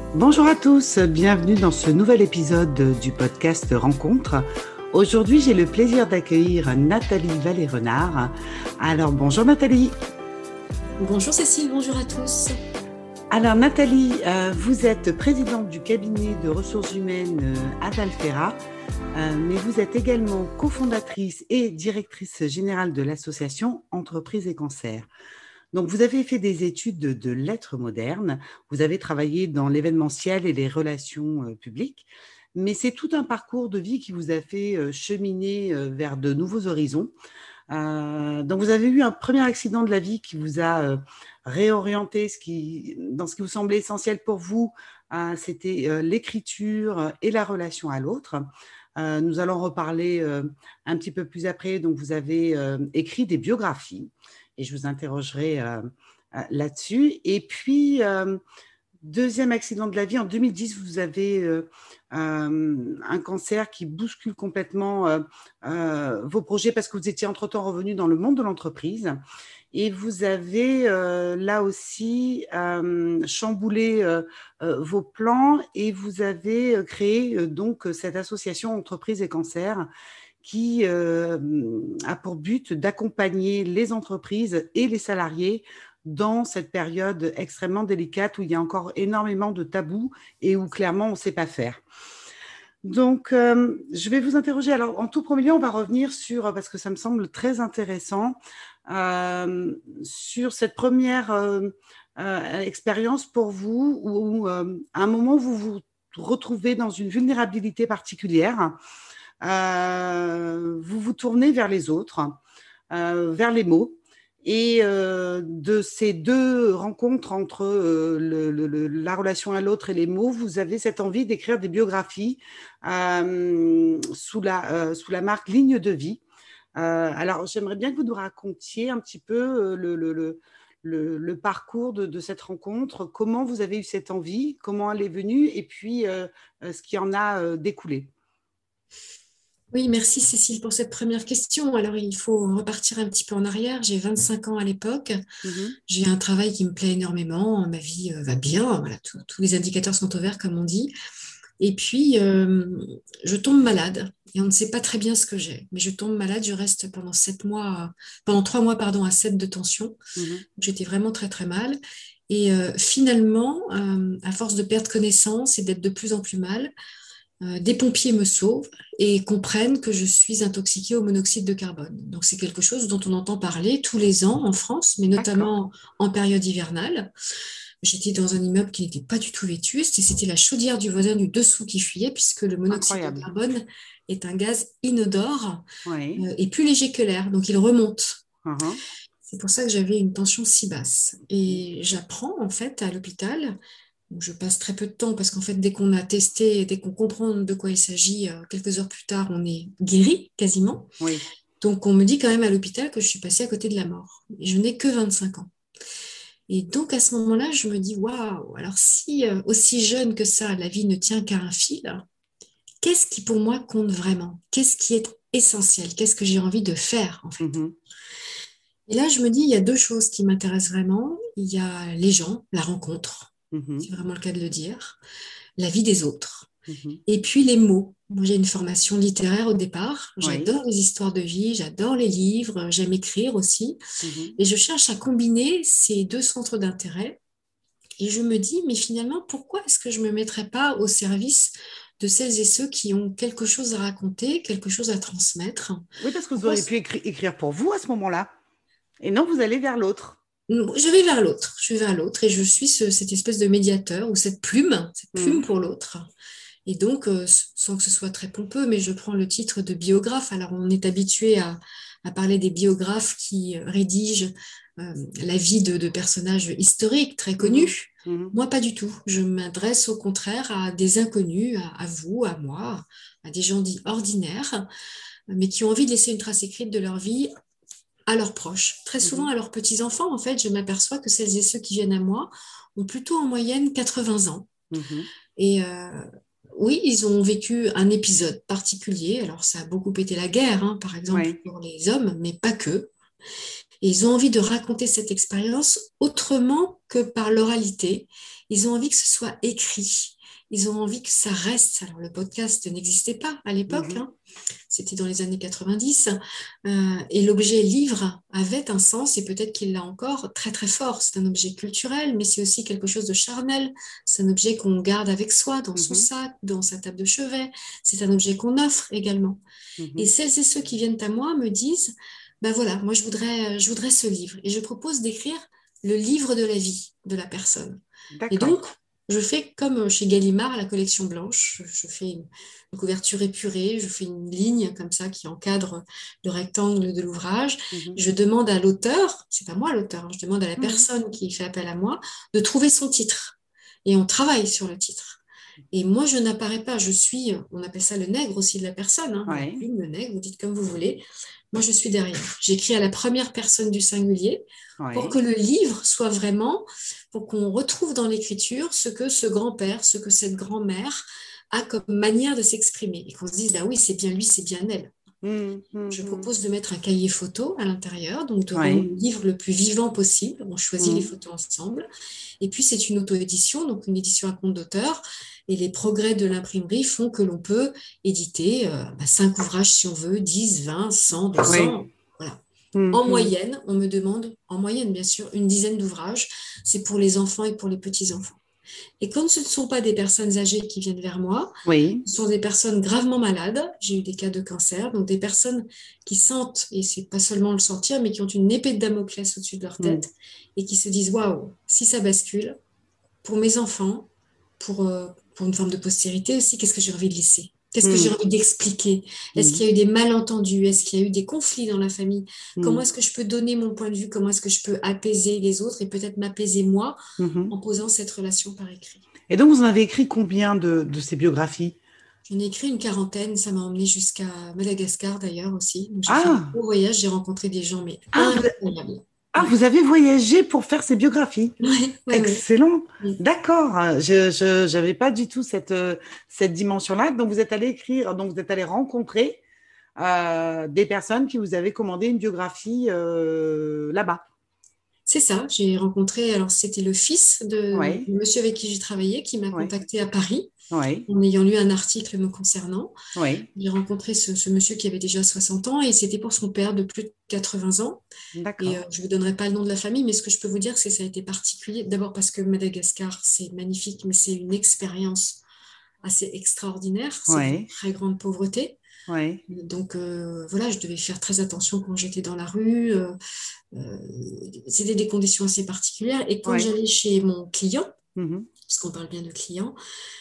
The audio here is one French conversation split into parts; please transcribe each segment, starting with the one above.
Bonjour à tous, bienvenue dans ce nouvel épisode du podcast Rencontre. Aujourd'hui, j'ai le plaisir d'accueillir Nathalie Vallée-Renard. Alors, bonjour Nathalie. Bonjour Cécile, bonjour à tous. Alors Nathalie, vous êtes présidente du cabinet de ressources humaines Adalfera, mais vous êtes également cofondatrice et directrice générale de l'association Entreprises et Cancer. Donc, vous avez fait des études de lettres modernes, vous avez travaillé dans l'événementiel et les relations publiques, mais c'est tout un parcours de vie qui vous a fait cheminer vers de nouveaux horizons. Donc, vous avez eu un premier accident de la vie qui vous a réorienté dans ce qui vous semblait essentiel pour vous, c'était l'écriture et la relation à l'autre. Nous allons reparler un petit peu plus après. Donc, vous avez écrit des biographies et je vous interrogerai là-dessus. Et puis, deuxième accident de la vie, en 2010, vous avez un cancer qui bouscule complètement vos projets parce que vous étiez entre-temps revenu dans le monde de l'entreprise. Et vous avez là aussi chamboulé vos plans et vous avez créé donc cette association Entreprises et Cancer qui a pour but d'accompagner les entreprises et les salariés dans cette période extrêmement délicate où il y a encore énormément de tabous et où clairement on ne sait pas faire. Donc, je vais vous interroger. Alors, en tout premier lieu, on va revenir sur, parce que ça me semble très intéressant, sur cette première expérience pour vous où à un moment, vous vous retrouvez dans une vulnérabilité particulière. Vous vous tournez vers les autres, vers les mots. Et de ces deux rencontres entre la relation à l'autre et les mots, vous avez cette envie d'écrire des biographies sous la marque Ligne de vie. Alors, j'aimerais bien que vous nous racontiez un petit peu le parcours de cette rencontre, comment vous avez eu cette envie, comment elle est venue et puis ce qui en a découlé. Oui, merci Cécile pour cette première question. Alors, il faut repartir un petit peu en arrière. J'ai 25 ans à l'époque. J'ai un travail qui me plaît énormément. Ma vie va bien. Voilà, tous les indicateurs sont au vert, comme on dit. Et puis, je tombe malade. Et on ne sait pas très bien ce que j'ai. Mais je tombe malade. Je reste pendant 3 mois, pardon, à 7 de tension. J'étais vraiment très, très mal. Et finalement, à force de perdre connaissance et d'être de plus en plus mal, des pompiers me sauvent et comprennent que je suis intoxiquée au monoxyde de carbone. Donc c'est quelque chose dont on entend parler tous les ans en France, mais notamment en période hivernale. J'étais dans un immeuble qui n'était pas du tout vétuste et c'était la chaudière du voisin du dessous qui fuyait puisque le monoxyde de carbone est un gaz inodore et plus léger que l'air, donc il remonte. C'est pour ça que j'avais une tension si basse. Et j'apprends en fait à l'hôpital. Je passe très peu de temps parce qu'en fait, dès qu'on a testé, dès qu'on comprend de quoi il s'agit, quelques heures plus tard, on est guéri quasiment. Donc, on me dit quand même à l'hôpital que je suis passée à côté de la mort. Et je n'ai que 25 ans. Et donc, à ce moment-là, je me dis, waouh, alors si aussi jeune que ça, la vie ne tient qu'à un fil, qu'est-ce qui pour moi compte vraiment? Qu'est-ce qui est essentiel? Qu'est-ce que j'ai envie de faire en fait? Et là, je me dis, il y a deux choses qui m'intéressent vraiment. Il y a les gens, la rencontre. C'est vraiment le cas de le dire, la vie des autres. Et puis les mots. Moi, j'ai une formation littéraire au départ. J'adore les histoires de vie, j'adore les livres, j'aime écrire aussi. Et je cherche à combiner ces deux centres d'intérêt. Et je me dis, mais finalement, pourquoi est-ce que je ne me mettrais pas au service de celles et ceux qui ont quelque chose à raconter, quelque chose à transmettre? Oui, parce que vous auriez pu écrire pour vous à ce moment-là. Et non, vous allez vers l'autre. Je vais vers l'autre et je suis cette espèce de médiateur ou cette plume pour l'autre. Et donc, sans que ce soit très pompeux, mais je prends le titre de biographe. Alors, on est habitué à parler des biographes qui rédigent la vie de personnages historiques très connus. Moi, pas du tout. Je m'adresse au contraire à des inconnus, à vous, à moi, à des gens dits ordinaires, mais qui ont envie de laisser une trace écrite de leur vie à leurs proches, très souvent à leurs petits-enfants. En fait, je m'aperçois que celles et ceux qui viennent à moi ont plutôt en moyenne 80 ans. Et oui, ils ont vécu un épisode particulier. Alors, ça a beaucoup été la guerre, par exemple, pour les hommes, mais pas que. Et ils ont envie de raconter cette expérience autrement que par l'oralité. Ils ont envie que ce soit écrit. Ils ont envie que ça reste. Alors, le podcast n'existait pas à l'époque, hein. C'était dans les années 90. Et l'objet livre avait un sens, et peut-être qu'il l'a encore, très très fort. C'est un objet culturel, mais c'est aussi quelque chose de charnel. C'est un objet qu'on garde avec soi, dans son sac, dans sa table de chevet. C'est un objet qu'on offre également. Et celles et ceux qui viennent à moi me disent, ben voilà, moi je voudrais ce livre. Et je propose d'écrire le livre de la vie de la personne. Et donc, je fais comme chez Gallimard, la collection blanche. Je fais une couverture épurée, je fais une ligne comme ça qui encadre le rectangle de l'ouvrage. Je demande à l'auteur, c'est pas moi l'auteur, hein, je demande à la personne qui fait appel à moi de trouver son titre. Et on travaille sur le titre. Et moi, je n'apparais pas, je suis, on appelle ça le nègre aussi de la personne, hein, la plume, le nègre, vous dites comme vous voulez. Moi, je suis derrière. J'écris à la première personne du singulier pour que le livre soit vraiment, pour qu'on retrouve dans l'écriture ce que ce grand-père, ce que cette grand-mère a comme manière de s'exprimer. Et qu'on se dise, ah oui, c'est bien lui, c'est bien elle. Je propose de mettre un cahier photo à l'intérieur, donc de rendre le livre le plus vivant possible. On choisit les photos ensemble. Et puis, c'est une auto-édition, donc une édition à compte d'auteur. Et les progrès de l'imprimerie font que l'on peut éditer 5 ouvrages si on veut, 10, 20, 100, 200. Voilà. En moyenne, on me demande, en moyenne bien sûr, une dizaine d'ouvrages. C'est pour les enfants et pour les petits-enfants. Et quand ce ne sont pas des personnes âgées qui viennent vers moi, ce sont des personnes gravement malades. J'ai eu des cas de cancer, donc des personnes qui sentent, et c'est pas seulement le sentir, mais qui ont une épée de Damoclès au-dessus de leur tête et qui se disent, waouh, si ça bascule, pour mes enfants, pour une forme de postérité aussi, qu'est-ce que j'ai envie de laisser? Qu'est-ce que j'ai envie d'expliquer? Est-ce qu'il y a eu des malentendus? Est-ce qu'il y a eu des conflits dans la famille? Comment est-ce que je peux donner mon point de vue? Comment est-ce que je peux apaiser les autres et peut-être m'apaiser moi en posant cette relation par écrit? Et donc, vous en avez écrit combien de ces biographies? J'en ai écrit une quarantaine. Ça m'a emmené jusqu'à Madagascar d'ailleurs aussi. Donc, j'ai fait un beau voyage. J'ai rencontré des gens mais incroyables. Vous avez voyagé pour faire ces biographies. Ouais, excellent. D'accord. Je n'avais pas du tout cette dimension-là. Donc, vous êtes allé écrire, donc vous êtes allé rencontrer des personnes qui vous avaient commandé une biographie là-bas. C'est ça. J'ai rencontré, alors c'était le fils du monsieur avec qui j'ai travaillé qui m'a contacté à Paris. En ayant lu un article me concernant. J'ai rencontré ce monsieur qui avait déjà 60 ans et c'était pour son père de plus de 80 ans. Et je ne vous donnerai pas le nom de la famille, mais ce que je peux vous dire, c'est que ça a été particulier. D'abord parce que Madagascar, c'est magnifique, mais c'est une expérience assez extraordinaire. C'est une très grande pauvreté. Donc voilà, je devais faire très attention quand j'étais dans la rue. C'était des conditions assez particulières. Et quand j'allais chez mon client, parce qu'on parle bien de client,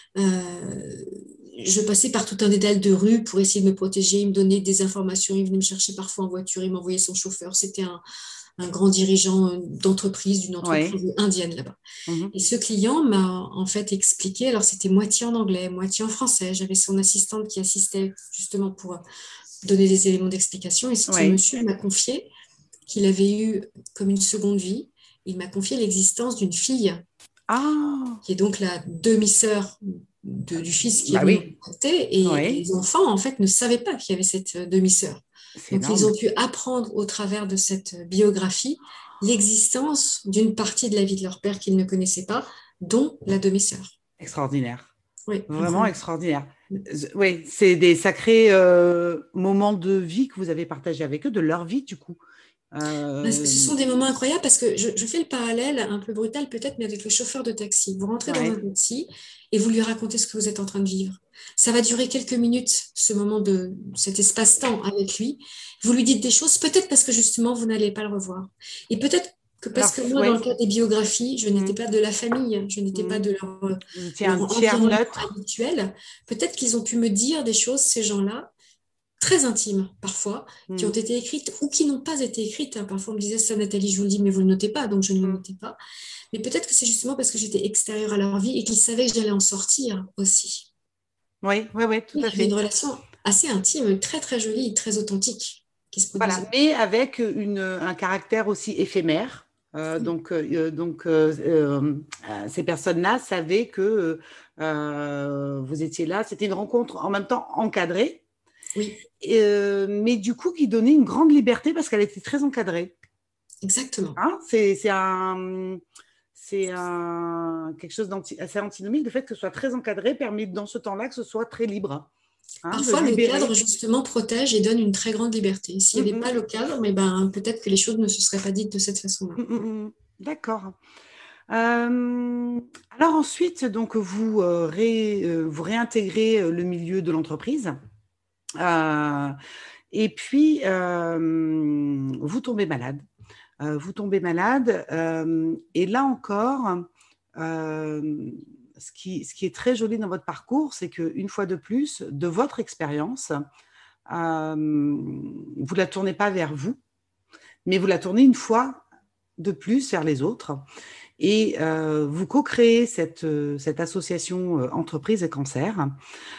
je passais par tout un dédale de rue pour essayer de me protéger. Il me donnait des informations, il venait me chercher parfois en voiture, il m'envoyait son chauffeur. C'était un grand dirigeant d'entreprise, d'une entreprise indienne là-bas. Et ce client m'a en fait expliqué, alors c'était moitié en anglais, moitié en français. J'avais son assistante qui assistait justement pour donner des éléments d'explication. Et ce monsieur m'a confié qu'il avait eu comme une seconde vie. Il m'a confié l'existence d'une fille qui est donc la demi-sœur du fils qui est venu me contacter. Et les enfants, en fait, ne savaient pas qu'il y avait cette demi-sœur. Donc, ils ont pu apprendre au travers de cette biographie l'existence d'une partie de la vie de leur père qu'ils ne connaissaient pas, dont la demi-sœur. Extraordinaire. Vraiment extraordinaire. Oui, c'est des sacrés moments de vie que vous avez partagés avec eux, de leur vie, du coup. Ce sont des moments incroyables parce que je fais le parallèle un peu brutal peut-être, mais avec le chauffeur de taxi. Vous rentrez dans un taxi et vous lui racontez ce que vous êtes en train de vivre. Ça va durer quelques minutes, ce moment de cet espace-temps avec lui. Vous lui dites des choses, peut-être parce que justement, vous n'allez pas le revoir. Et peut-être que parce que moi, dans le cas des biographies, je n'étais pas de la famille, je n'étais pas de leur environnement habituel. Peut-être qu'ils ont pu me dire des choses, ces gens-là, très intimes parfois, qui ont été écrites ou qui n'ont pas été écrites. Parfois, on me disait ça, Nathalie, je vous le dis, mais vous ne le notez pas, donc je ne le notais pas. Mais peut-être que c'est justement parce que j'étais extérieure à leur vie et qu'ils savaient que j'allais en sortir aussi. Oui, tout à fait. Une relation assez intime, très, très jolie, très authentique qui se produisait. Voilà, mais avec un caractère aussi éphémère. Donc, ces personnes-là savaient que vous étiez là. C'était une rencontre en même temps encadrée. Oui. Mais du coup, qui donnait une grande liberté parce qu'elle était très encadrée. Exactement. Hein, quelque chose assez antinomique. Le fait que ce soit très encadré permet dans ce temps-là que ce soit très libre, hein, de Parfois, le cadre, libérer. justement, protège et donne une très grande liberté. S'il n'y avait pas le cadre, mais ben, peut-être que les choses ne se seraient pas dites de cette façon-là. D'accord. Alors ensuite, donc, vous réintégrez le milieu de l'entreprise. Et puis, vous tombez malade. Et là encore, ce qui est très joli dans votre parcours, c'est qu'une fois de plus, de votre expérience, vous ne la tournez pas vers vous, mais vous la tournez une fois de plus vers les autres. Et vous co-créez cette association Entreprise et Cancer,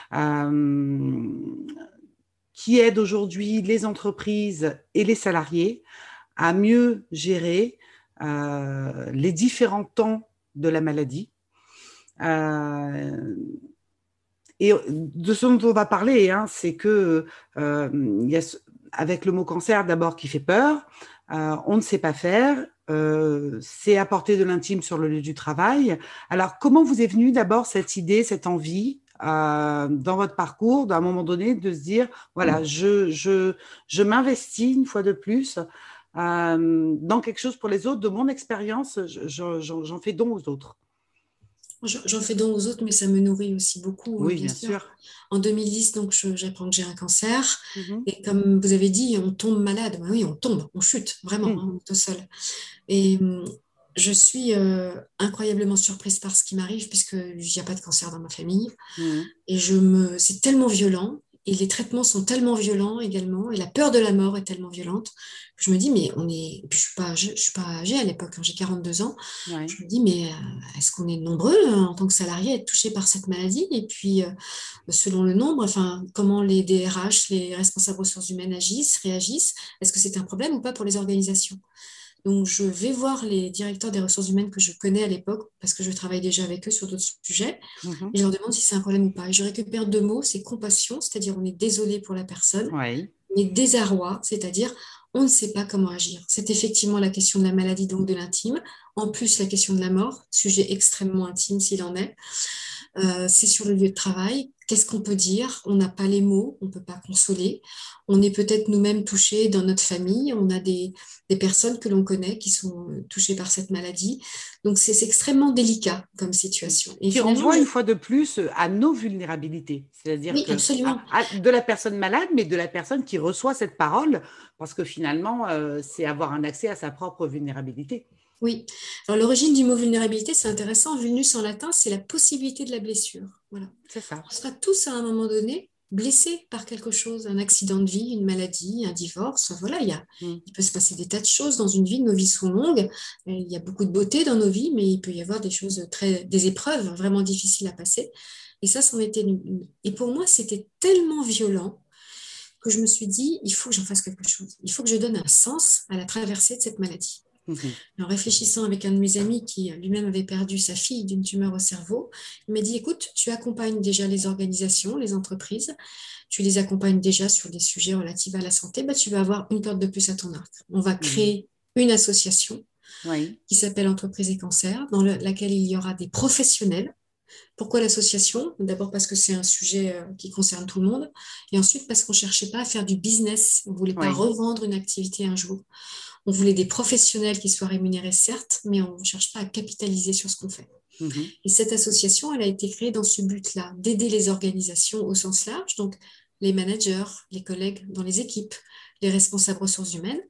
qui aide aujourd'hui les entreprises et les salariés à mieux gérer les différents temps de la maladie. Et de ce dont on va parler, hein, c'est que y a avec le mot cancer d'abord qui fait peur, on ne sait pas faire, c'est apporter de l'intime sur le lieu du travail. Alors, comment vous est venue d'abord cette idée, cette envie dans votre parcours, d'un moment donné, de se dire, voilà, je m'investis une fois de plus dans quelque chose pour les autres, de mon expérience, j'en fais don aux autres. J'en fais don aux autres, mais ça me nourrit aussi beaucoup, hein, Oui, bien bien sûr. sûr. En 2010, donc, j'apprends que j'ai un cancer. Mm-hmm. Et comme vous avez dit, on tombe malade. Ben oui, on tombe, on chute, vraiment, hein, on est au sol. Et je suis incroyablement surprise par ce qui m'arrive, puisqu'il n'y a pas de cancer dans ma famille. Et c'est tellement violent. Et les traitements sont tellement violents également. Et la peur de la mort est tellement violente que je me dis, mais on est. Et puis je suis pas âgée à l'époque, hein, j'ai 42 ans. Ouais. Je me dis, mais est-ce qu'on est nombreux en tant que salariés à être touchés par cette maladie? Et puis, selon le nombre, enfin, comment les DRH, les responsables ressources humaines réagissent? Est-ce que c'est un problème ou pas pour les organisations? Donc, je vais voir les directeurs des ressources humaines que je connais à l'époque, parce que je travaille déjà avec eux sur d'autres sujets, et je leur demande si c'est un problème ou pas. Et je récupère deux mots, c'est compassion, c'est-à-dire on est désolé pour la personne, Ouais. et désarroi, c'est-à-dire on ne sait pas comment agir. C'est effectivement la question de la maladie, donc de l'intime, en plus la question de la mort, sujet extrêmement intime s'il en est. C'est sur le lieu de travail. Qu'est-ce qu'on peut dire? On n'a pas les mots, on ne peut pas consoler. On est peut-être nous-mêmes touchés dans notre famille. On a des personnes que l'on connaît qui sont touchées par cette maladie. Donc, c'est extrêmement délicat comme situation. Et qui finalement, renvoie une fois de plus à nos vulnérabilités, c'est-à-dire oui, que absolument. de la personne malade, mais de la personne qui reçoit cette parole, parce que finalement, c'est avoir un accès à sa propre vulnérabilité. Oui. Alors, l'origine du mot vulnérabilité, c'est intéressant. Vulnus en latin, c'est la possibilité de la blessure. Voilà. C'est ça. On sera tous à un moment donné blessés par quelque chose, un accident de vie, une maladie, un divorce. Voilà, il peut se passer des tas de choses dans une vie. Nos vies sont longues. Il y a beaucoup de beauté dans nos vies, mais il peut y avoir des choses des épreuves vraiment difficiles à passer. Et ça, c'en était une. Et pour moi, c'était tellement violent que je me suis dit, il faut que j'en fasse quelque chose. Il faut que je donne un sens à la traversée de cette maladie. En réfléchissant avec un de mes amis qui lui-même avait perdu sa fille d'une tumeur au cerveau, il m'a dit, écoute, tu accompagnes déjà les organisations, les entreprises, tu les accompagnes déjà sur des sujets relatifs à la santé, bah, tu vas avoir une corde de plus à ton arc. On va créer une association qui s'appelle Entreprise et Cancer, dans laquelle il y aura des professionnels. Pourquoi l'association? D'abord parce que c'est un sujet qui concerne tout le monde, et ensuite parce qu'on ne cherchait pas à faire du business, on ne voulait pas revendre une activité un jour. On voulait des professionnels qui soient rémunérés, certes, mais on ne cherche pas à capitaliser sur ce qu'on fait. Et cette association, elle a été créée dans ce but-là, d'aider les organisations au sens large, donc les managers, les collègues dans les équipes, les responsables ressources humaines,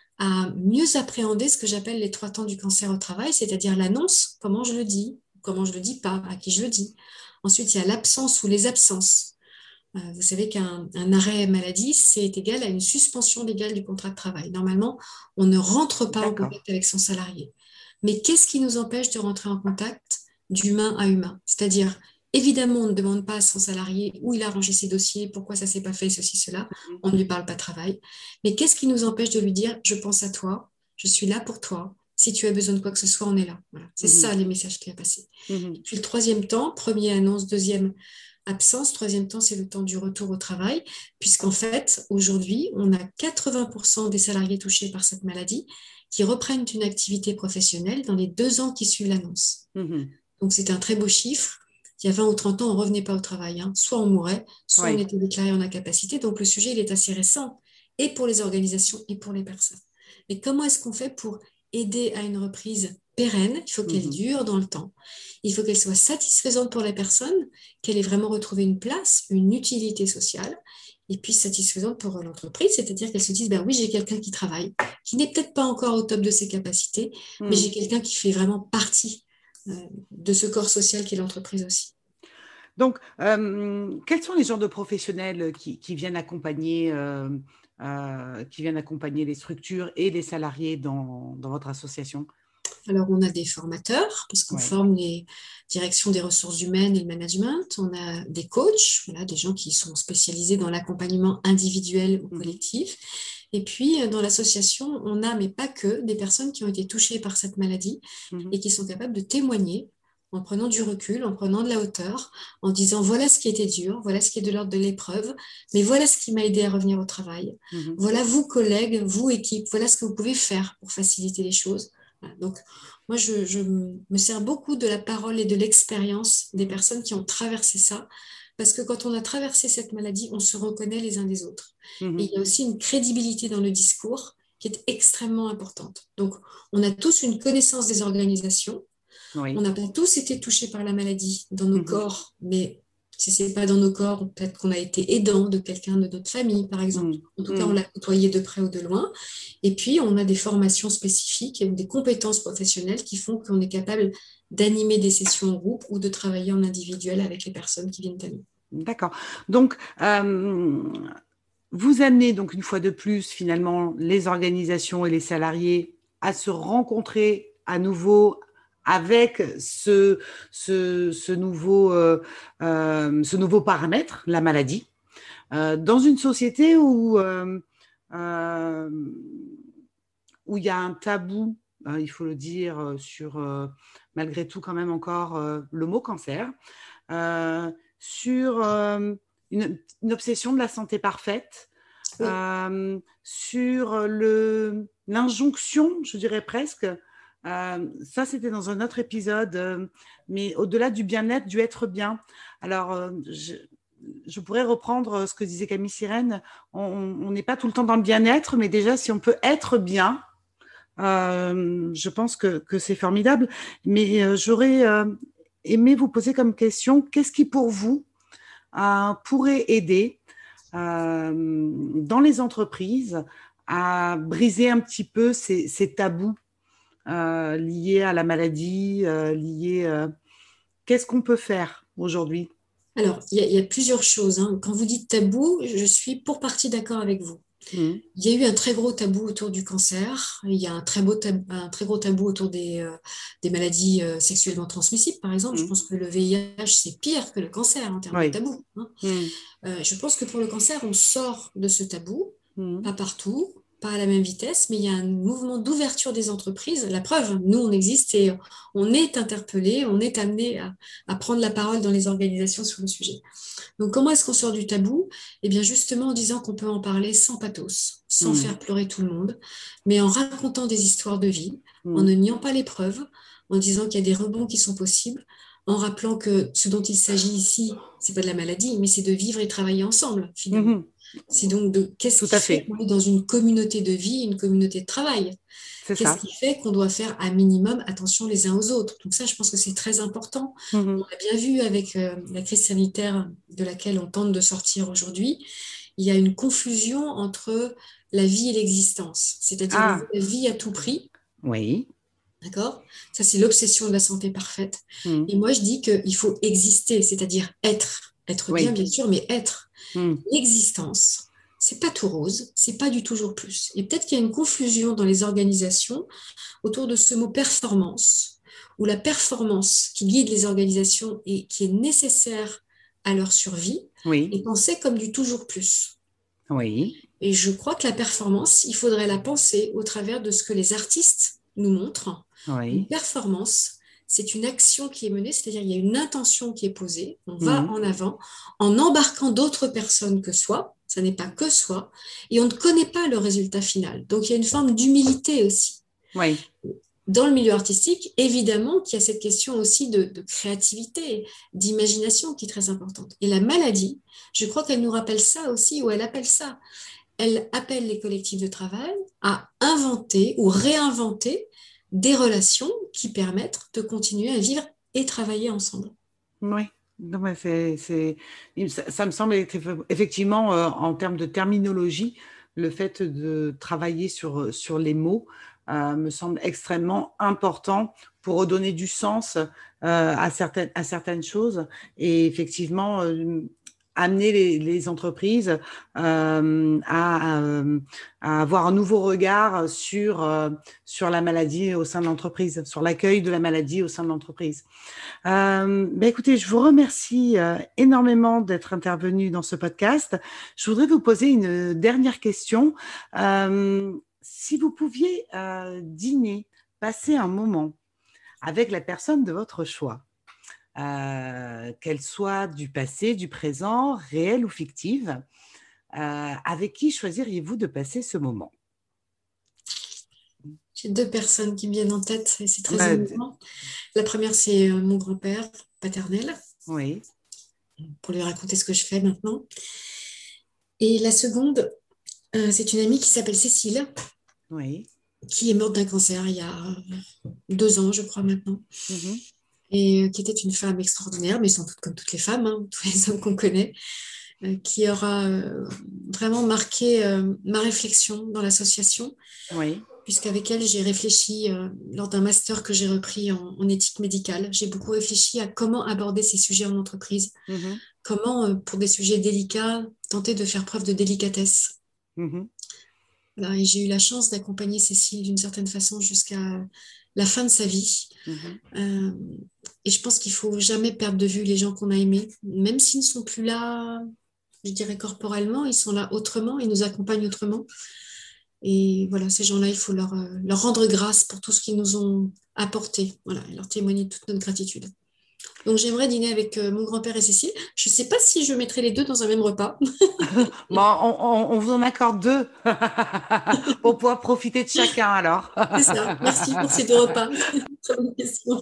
à mieux appréhender ce que j'appelle les 3 temps du cancer au travail, c'est-à-dire l'annonce, comment je le dis pas, à qui je le dis. Ensuite, il y a l'absence ou les absences. Vous savez qu'un arrêt maladie, c'est égal à une suspension légale du contrat de travail. Normalement, on ne rentre pas en contact avec son salarié. Mais qu'est-ce qui nous empêche de rentrer en contact d'humain à humain? C'est-à-dire, évidemment, on ne demande pas à son salarié où il a rangé ses dossiers, pourquoi ça ne s'est pas fait, ceci, cela. On ne lui parle pas de travail. Mais qu'est-ce qui nous empêche de lui dire, je pense à toi, je suis là pour toi. Si tu as besoin de quoi que ce soit, on est là. Voilà. C'est ça les messages qu'il a passés. Puis le troisième temps, premier annonce, deuxième absence, troisième temps, c'est le temps du retour au travail, puisqu'en fait, aujourd'hui, on a 80% des salariés touchés par cette maladie qui reprennent une activité professionnelle dans les 2 ans qui suivent l'annonce. Donc, c'est un très beau chiffre. Il y a 20 ou 30 ans, on ne revenait pas au travail. Soit on mourait, soit on était déclaré en incapacité. Donc, le sujet, il est assez récent, et pour les organisations et pour les personnes. Mais comment est-ce qu'on fait pour aider à une reprise pérenne? Il faut qu'elle dure dans le temps. Il faut qu'elle soit satisfaisante pour les personnes, qu'elle ait vraiment retrouvé une place, une utilité sociale, et puis satisfaisante pour l'entreprise, c'est-à-dire qu'elle se dise, ben oui, j'ai quelqu'un qui travaille, qui n'est peut-être pas encore au top de ses capacités, mais j'ai quelqu'un qui fait vraiment partie de ce corps social qu'est l'entreprise aussi. Donc, quels sont les genres de professionnels qui viennent accompagner les structures et les salariés dans votre association? Alors, on a des formateurs, parce qu'on forme les directions des ressources humaines et le management. On a des coachs, voilà, des gens qui sont spécialisés dans l'accompagnement individuel ou collectif. Et puis, dans l'association, on a, mais pas que, des personnes qui ont été touchées par cette maladie et qui sont capables de témoigner en prenant du recul, en prenant de la hauteur, en disant voilà ce qui était dur, voilà ce qui est de l'ordre de l'épreuve, mais voilà ce qui m'a aidé à revenir au travail. Voilà vous, collègues, vous, équipe, voilà ce que vous pouvez faire pour faciliter les choses. Voilà. Donc, moi, je me sers beaucoup de la parole et de l'expérience des personnes qui ont traversé ça, parce que quand on a traversé cette maladie, on se reconnaît les uns des autres. Et il y a aussi une crédibilité dans le discours qui est extrêmement importante. Donc, on a tous une connaissance des organisations. On n'a pas tous été touchés par la maladie dans nos corps, mais si ce n'est pas dans nos corps, peut-être qu'on a été aidant de quelqu'un de notre famille, par exemple. En tout cas, on l'a côtoyé de près ou de loin. Et puis, on a des formations spécifiques et des compétences professionnelles qui font qu'on est capable d'animer des sessions en groupe ou de travailler en individuel avec les personnes qui viennent à nous. D'accord. Donc, vous amenez donc une fois de plus, finalement, les organisations et les salariés à se rencontrer à nouveau avec ce nouveau paramètre, la maladie, dans une société où il y a un tabou, il faut le dire, sur malgré tout quand même encore le mot cancer, sur une obsession de la santé parfaite, sur l'injonction, je dirais presque. Ça, c'était dans un autre épisode, mais au-delà du bien-être, du être bien. Alors, je pourrais reprendre ce que disait Camille Sirène. On n'est pas tout le temps dans le bien-être, mais déjà, si on peut être bien, je pense que c'est formidable. Mais j'aurais aimé vous poser comme question, qu'est-ce qui, pour vous, pourrait aider dans les entreprises à briser un petit peu ces tabous liés à la maladie, qu'est-ce qu'on peut faire aujourd'hui? Alors, il y a plusieurs choses. Quand vous dites tabou, je suis pour partie d'accord avec vous. Il y a eu un très gros tabou autour du cancer. Il y a un très gros tabou autour des maladies sexuellement transmissibles, par exemple. Je pense que le VIH, c'est pire que le cancer en termes de tabou. Je pense que pour le cancer, on sort de ce tabou, pas partout, pas à la même vitesse, mais il y a un mouvement d'ouverture des entreprises. La preuve, nous, on existe et on est interpellé, on est amené à prendre la parole dans les organisations sur le sujet. Donc, comment est-ce qu'on sort du tabou? Eh bien, justement, en disant qu'on peut en parler sans pathos, sans faire pleurer tout le monde, mais en racontant des histoires de vie, en ne niant pas les preuves, en disant qu'il y a des rebonds qui sont possibles, en rappelant que ce dont il s'agit ici, c'est pas de la maladie, mais c'est de vivre et travailler ensemble, finalement. C'est donc de qu'est-ce qui fait qu'on est dans une communauté de vie, une communauté de travail. Qu'est-ce qui fait qu'on doit faire un minimum attention les uns aux autres. Donc ça, je pense que c'est très important. On a bien vu avec la crise sanitaire de laquelle on tente de sortir aujourd'hui, il y a une confusion entre la vie et l'existence. C'est-à-dire la vie à tout prix. Oui. D'accord? Ça, c'est l'obsession de la santé parfaite. Et moi, je dis qu'il faut exister, c'est-à-dire être. Être bien, bien sûr, mais être. L'existence, c'est pas tout rose, c'est pas du toujours plus. Et peut-être qu'il y a une confusion dans les organisations autour de ce mot performance, où la performance qui guide les organisations et qui est nécessaire à leur survie est pensée comme du toujours plus. Et je crois que la performance, il faudrait la penser au travers de ce que les artistes nous montrent. Une performance, c'est une action qui est menée, c'est-à-dire il y a une intention qui est posée, on va en avant en embarquant d'autres personnes que soi, ça n'est pas que soi, et on ne connaît pas le résultat final. Donc il y a une forme d'humilité aussi. Oui. Dans le milieu artistique, évidemment qu'il y a cette question aussi de créativité, d'imagination qui est très importante. Et la maladie, je crois qu'elle nous rappelle ça aussi, ou elle appelle ça. Elle appelle les collectifs de travail à inventer ou réinventer des relations qui permettent de continuer à vivre et travailler ensemble. Oui. Non, mais ça me semble effectivement, en termes de terminologie, le fait de travailler sur les mots me semble extrêmement important pour redonner du sens à certaines choses et effectivement amener les entreprises à avoir un nouveau regard sur la maladie au sein de l'entreprise, sur l'accueil de la maladie au sein de l'entreprise. Écoutez, je vous remercie énormément d'être intervenu dans ce podcast. Je voudrais vous poser une dernière question. Si vous pouviez dîner, passer un moment avec la personne de votre choix, qu'elle soit du passé, du présent, réelle ou fictive, avec qui choisiriez-vous de passer ce moment? J'ai deux personnes qui me viennent en tête et c'est très émouvant. La première, c'est mon grand-père paternel, oui, pour lui raconter ce que je fais maintenant. Et la seconde, c'est une amie qui s'appelle Cécile, oui, qui est morte d'un cancer il y a 2 ans, je crois maintenant, et qui était une femme extraordinaire, mais sans doute comme toutes les femmes, hein, tous les hommes qu'on connaît, qui aura vraiment marqué ma réflexion dans l'association. Oui. Puisqu'avec elle, j'ai réfléchi lors d'un master que j'ai repris en éthique médicale. J'ai beaucoup réfléchi à comment aborder ces sujets en entreprise, comment, pour des sujets délicats, tenter de faire preuve de délicatesse. Voilà, et j'ai eu la chance d'accompagner Cécile d'une certaine façon jusqu'à la fin de sa vie. Et je pense qu'il ne faut jamais perdre de vue les gens qu'on a aimés, même s'ils ne sont plus là, je dirais corporellement, ils sont là autrement, ils nous accompagnent autrement. Et voilà, ces gens-là, il faut leur rendre grâce pour tout ce qu'ils nous ont apporté, voilà, et leur témoigner toute notre gratitude. Donc j'aimerais dîner avec mon grand-père et Cécile. Je ne sais pas si je mettrai les deux dans un même repas. Bon, on vous en accorde 2 pour pouvoir profiter de chacun alors. C'est ça. Merci pour ces 2 repas. Très bonne question.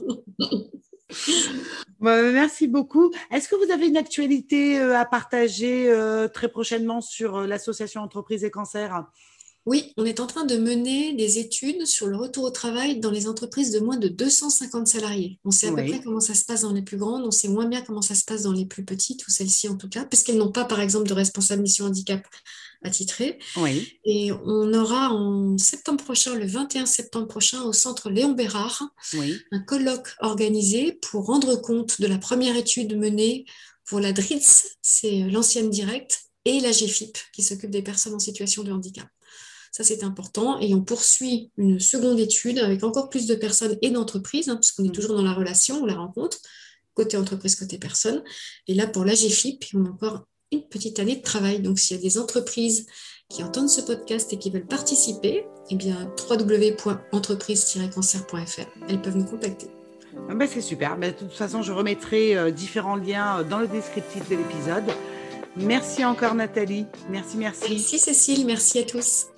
Merci beaucoup. Est-ce que vous avez une actualité à partager très prochainement sur l'association Entreprises et Cancer? Oui, on est en train de mener des études sur le retour au travail dans les entreprises de moins de 250 salariés. On sait à peu près comment ça se passe dans les plus grandes, on sait moins bien comment ça se passe dans les plus petites, ou celles-ci en tout cas, parce qu'elles n'ont pas, par exemple, de responsable mission handicap attitré. Oui. Et on aura en septembre prochain, le 21 septembre prochain, au centre Léon Bérard, un colloque organisé pour rendre compte de la première étude menée pour la DRITS, c'est l'ancienne directe, et la GFIP, qui s'occupe des personnes en situation de handicap. Ça, c'est important. Et on poursuit une seconde étude avec encore plus de personnes et d'entreprises, puisqu'on est toujours dans la relation, on la rencontre, côté entreprise, côté personne. Et là, pour la GFIP, on a encore une petite année de travail. Donc, s'il y a des entreprises qui entendent ce podcast et qui veulent participer, eh bien, www.entreprise-cancer.fr, elles peuvent nous contacter. C'est super. De toute façon, je remettrai différents liens dans le descriptif de l'épisode. Merci encore, Nathalie. Merci. Merci, Cécile. Merci à tous.